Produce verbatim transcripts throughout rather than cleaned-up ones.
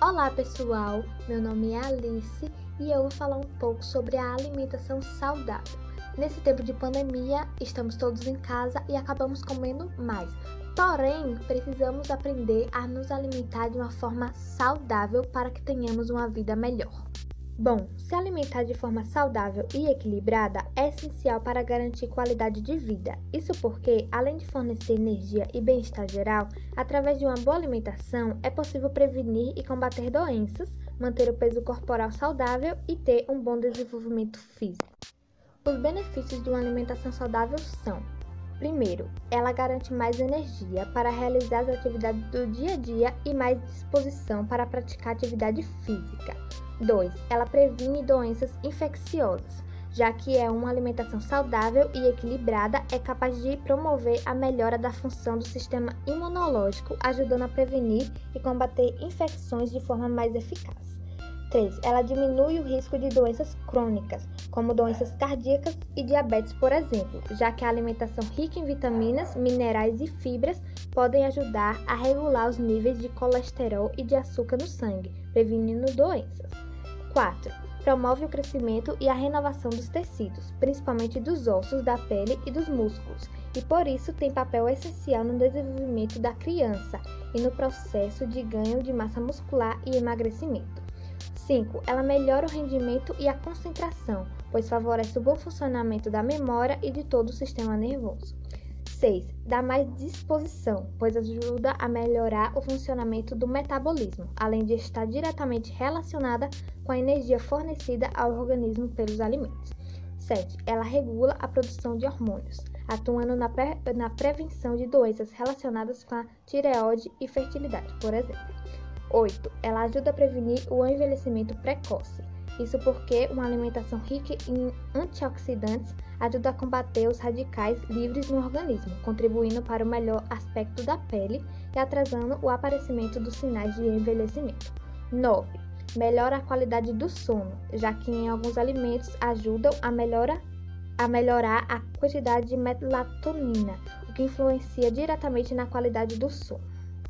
Olá pessoal, meu nome é Alice e eu vou falar um pouco sobre a alimentação saudável. Nesse tempo de pandemia, estamos todos em casa e acabamos comendo mais. Porém, precisamos aprender a nos alimentar de uma forma saudável para que tenhamos uma vida melhor. Bom, se alimentar de forma saudável e equilibrada é essencial para garantir qualidade de vida. Isso porque, além de fornecer energia e bem-estar geral, através de uma boa alimentação é possível prevenir e combater doenças, manter o peso corporal saudável e ter um bom desenvolvimento físico. Os benefícios de uma alimentação saudável são: primeiro, ela garante mais energia para realizar as atividades do dia a dia e mais disposição para praticar atividade física. dois. Ela previne doenças infecciosas, já que é uma alimentação saudável e equilibrada é capaz de promover a melhora da função do sistema imunológico, ajudando a prevenir e combater infecções de forma mais eficaz. três. Ela diminui o risco de doenças crônicas, como doenças cardíacas e diabetes, por exemplo, já que a alimentação rica em vitaminas, minerais e fibras podem ajudar a regular os níveis de colesterol e de açúcar no sangue, prevenindo doenças. quatro. Promove o crescimento e a renovação dos tecidos, principalmente dos ossos, da pele e dos músculos, e por isso tem papel essencial no desenvolvimento da criança e no processo de ganho de massa muscular e emagrecimento. cinco. Ela melhora o rendimento e a concentração, pois favorece o bom funcionamento da memória e de todo o sistema nervoso. seis. Dá mais disposição, pois ajuda a melhorar o funcionamento do metabolismo, além de estar diretamente relacionada com a energia fornecida ao organismo pelos alimentos. sete. Ela regula a produção de hormônios, atuando na, pre- na prevenção de doenças relacionadas com a tireoide e fertilidade, por exemplo. oito. Ela ajuda a prevenir o envelhecimento precoce. Isso porque uma alimentação rica em antioxidantes ajuda a combater os radicais livres no organismo, contribuindo para o melhor aspecto da pele e atrasando o aparecimento dos sinais de envelhecimento. nove. Melhora a qualidade do sono, já que em alguns alimentos ajudam a, melhora, a melhorar a quantidade de melatonina, o que influencia diretamente na qualidade do sono.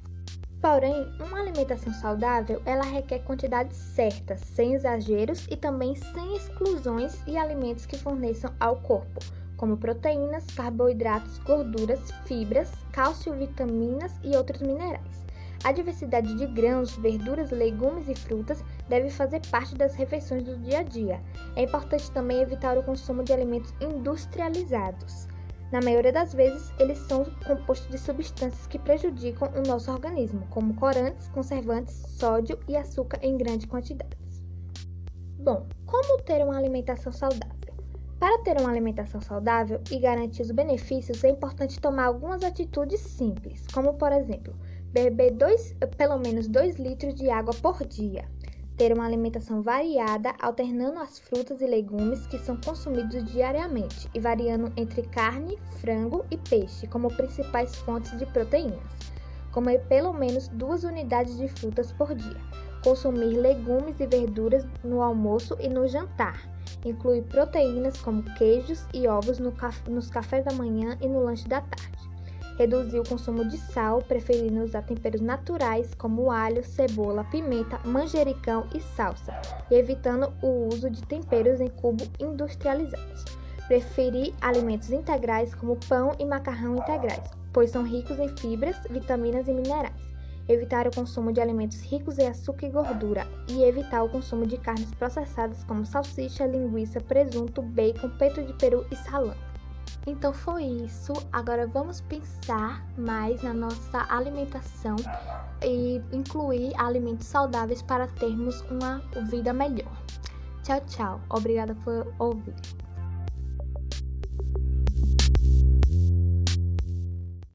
Porém, uma alimentação saudável, ela requer quantidades certas, sem exageros e também sem exclusões e alimentos que forneçam ao corpo, como proteínas, carboidratos, gorduras, fibras, cálcio, vitaminas e outros minerais. A diversidade de grãos, verduras, legumes e frutas deve fazer parte das refeições do dia a dia. É importante também evitar o consumo de alimentos industrializados. Na maioria das vezes, eles são compostos de substâncias que prejudicam o nosso organismo, como corantes, conservantes, sódio e açúcar em grandes quantidades. Bom, como ter uma alimentação saudável? Para ter uma alimentação saudável e garantir os benefícios, é importante tomar algumas atitudes simples, como, por exemplo, beber dois, pelo menos dois litros de água por dia. Ter uma alimentação variada, alternando as frutas e legumes que são consumidos diariamente e variando entre carne, frango e peixe como principais fontes de proteínas. Comer pelo menos duas unidades de frutas por dia. Consumir legumes e verduras no almoço e no jantar. Incluir proteínas como queijos e ovos no caf- nos cafés da manhã e no lanche da tarde. Reduzir o consumo de sal, preferindo usar temperos naturais como alho, cebola, pimenta, manjericão e salsa, e evitando o uso de temperos em cubo industrializados. Preferir alimentos integrais como pão e macarrão integrais, pois são ricos em fibras, vitaminas e minerais. Evitar o consumo de alimentos ricos em açúcar e gordura e evitar o consumo de carnes processadas como salsicha, linguiça, presunto, bacon, peito de peru e salame. Então foi isso, agora vamos pensar mais na nossa alimentação e incluir alimentos saudáveis para termos uma vida melhor. Tchau, tchau. Obrigada por ouvir.